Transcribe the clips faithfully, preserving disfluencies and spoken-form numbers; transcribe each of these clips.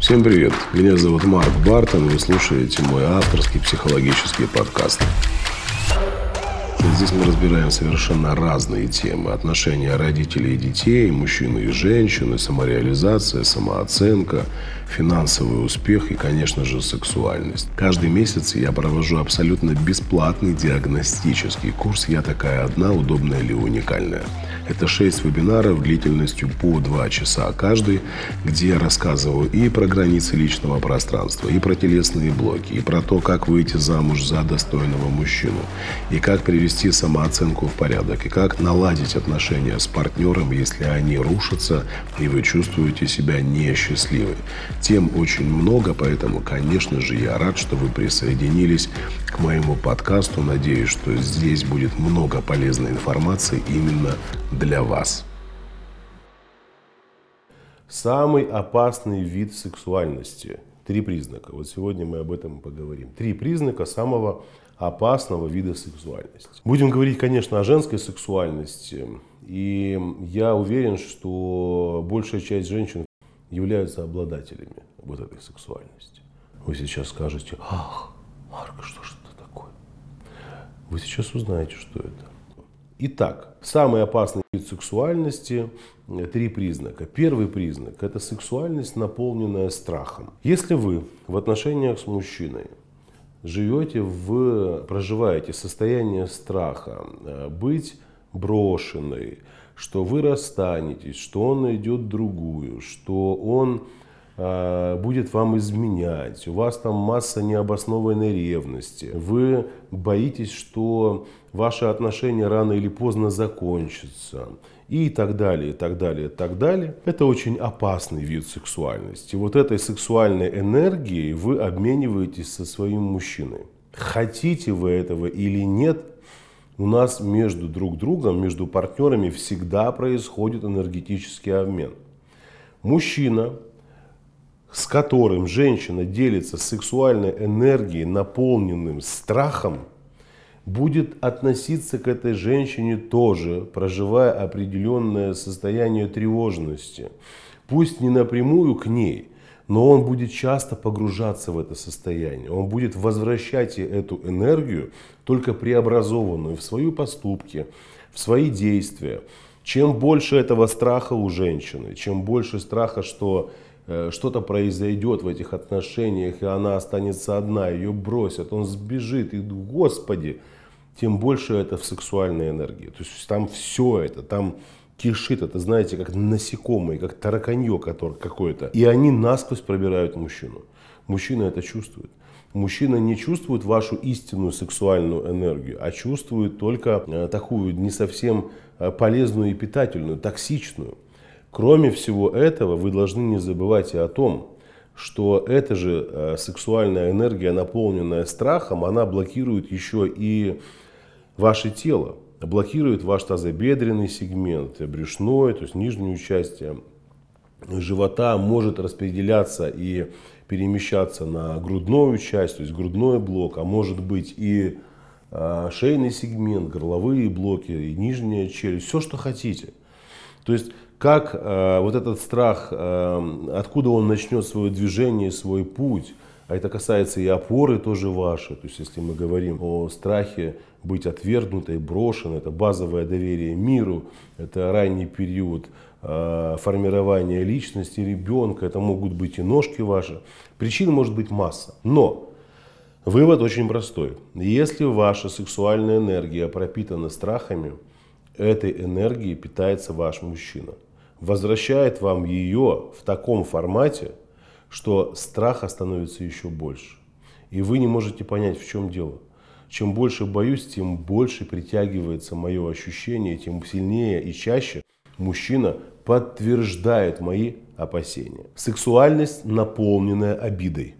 Всем привет, меня зовут Марк Бартон, вы слушаете мой авторский психологический подкаст. Здесь мы разбираем совершенно разные темы: отношения родителей и детей, мужчины и женщины, самореализация, самооценка, финансовый успех и, конечно же, сексуальность. Каждый месяц я провожу абсолютно бесплатный диагностический курс «Я такая одна, удобная или уникальная». Это шесть вебинаров длительностью по два часа каждый, где я рассказываю и про границы личного пространства, и про телесные блоки, и про то, как выйти замуж за достойного мужчину, и как привести самооценку в порядок, и как наладить отношения с партнером, если они рушатся, и вы чувствуете себя несчастливой. Тем очень много, поэтому, конечно же, я рад, что вы присоединились к моему подкасту. Надеюсь, что здесь будет много полезной информации именно для вас. Самый опасный вид сексуальности. Три признака. Вот сегодня мы об этом поговорим. Три признака самого опасного вида сексуальности. Будем говорить, конечно, о женской сексуальности. И я уверен, что большая часть женщин являются обладателями вот этой сексуальности. Вы сейчас скажете: ах, Марк, что же это такое? Вы сейчас узнаете, что это. Итак, самый опасный вид сексуальности – три признака. Первый признак – это сексуальность, наполненная страхом. Если вы в отношениях с мужчиной живете в, проживаете состояние страха, быть брошенной, что вы расстанетесь, что он найдет другую, что он э, будет вам изменять, у вас там масса необоснованной ревности, вы боитесь, что ваши отношения рано или поздно закончатся, и так далее, и так далее, и так далее. Это очень опасный вид сексуальности. Вот этой сексуальной энергией вы обмениваетесь со своим мужчиной. Хотите вы этого или нет, у нас между друг другом, между партнерами всегда происходит энергетический обмен. Мужчина, с которым женщина делится сексуальной энергией, наполненным страхом, будет относиться к этой женщине тоже, проживая определенное состояние тревожности. Пусть не напрямую к ней, но он будет часто погружаться в это состояние. Он будет возвращать ей эту энергию, только преобразованную в свои поступки, в свои действия. Чем больше этого страха у женщины, чем больше страха, что э, что-то произойдет в этих отношениях, и она останется одна, ее бросят, он сбежит, и, Господи, тем больше это в сексуальной энергии. То есть там все это, там кишит, это, знаете, как насекомые, как тараканье какое-то. И они насквозь пробирают мужчину. Мужчина это чувствует. Мужчина не чувствует вашу истинную сексуальную энергию, а чувствует только э, такую не совсем полезную и питательную, токсичную. Кроме всего этого, вы должны не забывать и о том, что эта же э, сексуальная энергия, наполненная страхом, она блокирует еще и ваше тело. Блокирует ваш тазобедренный сегмент, брюшной, то есть нижнюю часть живота, может распределяться и перемещаться на грудную часть, то есть грудной блок, а может быть и э, шейный сегмент, горловые блоки, и нижняя челюсть, все, что хотите. То есть как э, вот этот страх, э, откуда он начнет свое движение, свой путь, а это касается и опоры тоже вашей. То есть если мы говорим о страхе быть отвергнутой, брошенной, это базовое доверие миру, это ранний период э, формирования личности ребенка, это могут быть и ножки ваши. Причин может быть масса. Но вывод очень простой. Если ваша сексуальная энергия пропитана страхами, этой энергией питается ваш мужчина. Возвращает вам ее в таком формате, что страха становится еще больше. И вы не можете понять, в чем дело. Чем больше боюсь, тем больше притягивается мое ощущение, тем сильнее и чаще мужчина подтверждает мои опасения. Сексуальность, наполненная обидой.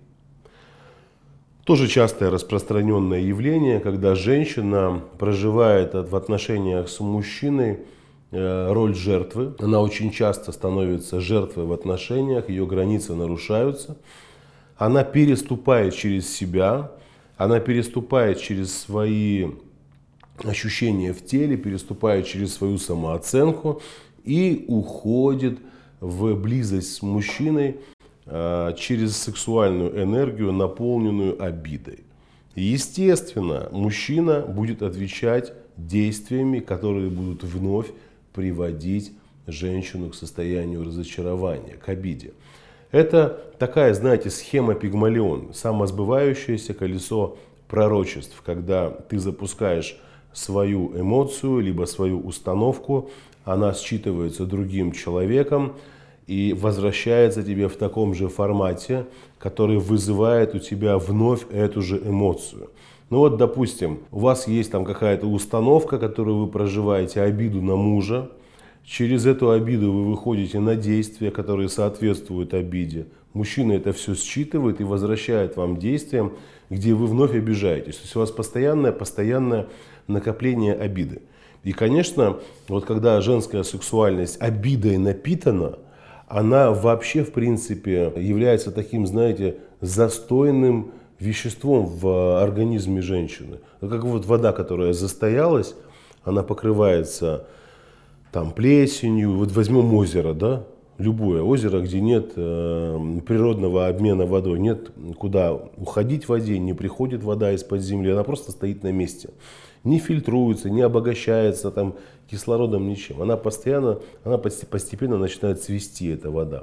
Тоже частое распространенное явление, когда женщина проживает в отношениях с мужчиной роль жертвы. Она очень часто становится жертвой в отношениях, ее границы нарушаются. Она переступает через себя, она переступает через свои ощущения в теле, переступает через свою самооценку и уходит в близость с мужчиной, через сексуальную энергию, наполненную обидой. Естественно, мужчина будет отвечать действиями, которые будут вновь приводить женщину к состоянию разочарования, к обиде. Это такая, знаете, схема Пигмалион, самосбывающееся колесо пророчеств, когда ты запускаешь свою эмоцию, либо свою установку, она считывается другим человеком и возвращается тебе в таком же формате, который вызывает у тебя вновь эту же эмоцию. Ну вот, допустим, у вас есть там какая-то установка, которую вы проживаете, обиду на мужа. Через эту обиду вы выходите на действия, которые соответствуют обиде. Мужчина это все считывает и возвращает вам действиям, где вы вновь обижаетесь. То есть у вас постоянное, постоянное накопление обиды. И, конечно, вот когда женская сексуальность обидой напитана, она вообще, в принципе, является таким, знаете, застойным веществом в организме женщины. Как вот вода, которая застоялась, она покрывается там плесенью. Вот возьмем озеро, да, любое озеро, где нет э, природного обмена водой, нет куда уходить в воде, не приходит вода из-под земли, она просто стоит на месте. Не фильтруется, не обогащается там кислородом, ничем. Она постоянно, она постепенно начинает цвести, эта вода.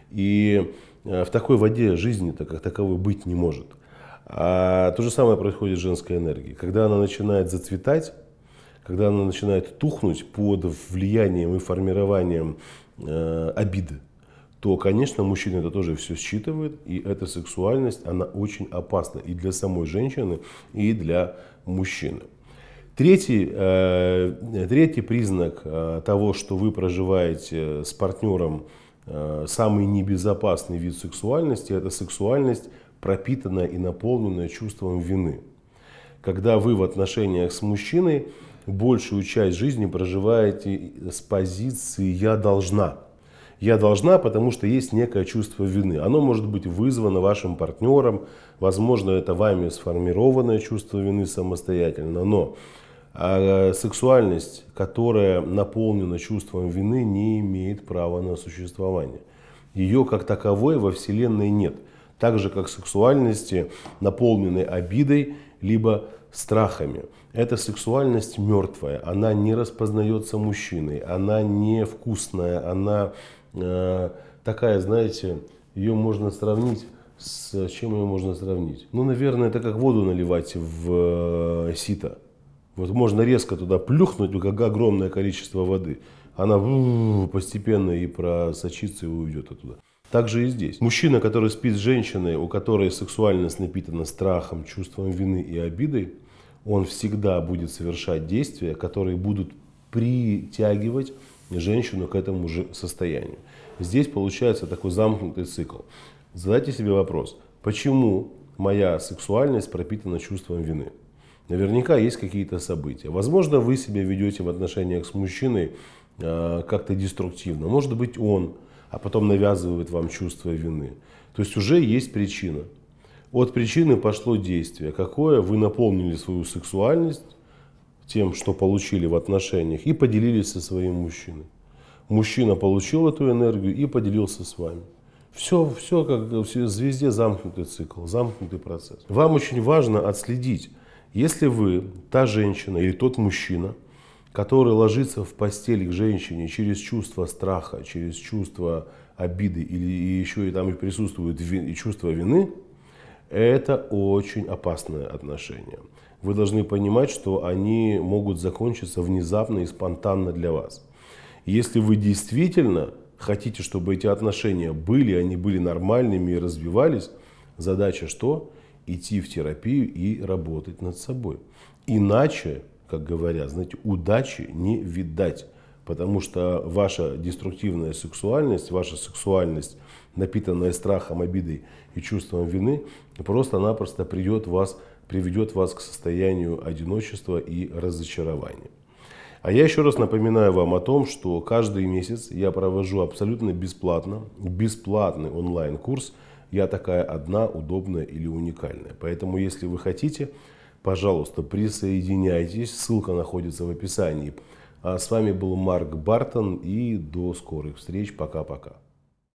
И в такой воде жизни-то как таковой быть не может. А то же самое происходит с женской энергией. Когда она начинает зацветать, когда она начинает тухнуть под влиянием и формированием э, обиды, то, конечно, мужчина это тоже все считывает. И эта сексуальность, она очень опасна и для самой женщины, и для мужчины. Третий, э, третий признак э, того, что вы проживаете с партнером э, самый небезопасный вид сексуальности, это сексуальность, пропитанная и наполненная чувством вины. Когда вы в отношениях с мужчиной большую часть жизни проживаете с позиции «я должна». Я должна, потому что есть некое чувство вины. Оно может быть вызвано вашим партнером, возможно, это вами сформированное чувство вины самостоятельно, но а сексуальность, которая наполнена чувством вины, не имеет права на существование. Ее как таковой во Вселенной нет. Так же, как сексуальности, наполненной обидой, либо страхами. Эта сексуальность мертвая, она не распознается мужчиной, она невкусная, она э, такая, знаете, ее можно сравнить, с чем ее можно сравнить? Ну, наверное, это как воду наливать в э, сито. Вот можно резко туда плюхнуть, как огромное количество воды. Она постепенно и просочится и уйдет оттуда. Так же и здесь. Мужчина, который спит с женщиной, у которой сексуальность напитана страхом, чувством вины и обидой, он всегда будет совершать действия, которые будут притягивать женщину к этому же состоянию. Здесь получается такой замкнутый цикл. Задайте себе вопрос, почему моя сексуальность пропитана чувством вины? Наверняка есть какие-то события. Возможно, вы себя ведете в отношениях с мужчиной э, как-то деструктивно. Может быть, он, а потом навязывает вам чувство вины. То есть уже есть причина. От причины пошло действие. Какое? Вы наполнили свою сексуальность тем, что получили в отношениях, и поделились со своим мужчиной. Мужчина получил эту энергию и поделился с вами. Все, все как в звезде замкнутый цикл, замкнутый процесс. Вам очень важно отследить, если вы та женщина или тот мужчина, который ложится в постель к женщине через чувство страха, через чувство обиды или еще и там и присутствует и чувство вины, это очень опасное отношение. Вы должны понимать, что они могут закончиться внезапно и спонтанно для вас. Если вы действительно хотите, чтобы эти отношения были, они были нормальными и развивались, задача что? Идти в терапию и работать над собой. Иначе, как говорят, знаете, удачи не видать. Потому что ваша деструктивная сексуальность, ваша сексуальность, напитанная страхом, обидой и чувством вины, просто-напросто придет вас, приведет вас к состоянию одиночества и разочарования. А я еще раз напоминаю вам о том, что каждый месяц я провожу абсолютно бесплатно, бесплатный онлайн-курс «Я такая одна, удобная или уникальная». Поэтому, если вы хотите, пожалуйста, присоединяйтесь. Ссылка находится в описании. А с вами был Марк Бартон, и до скорых встреч. Пока-пока.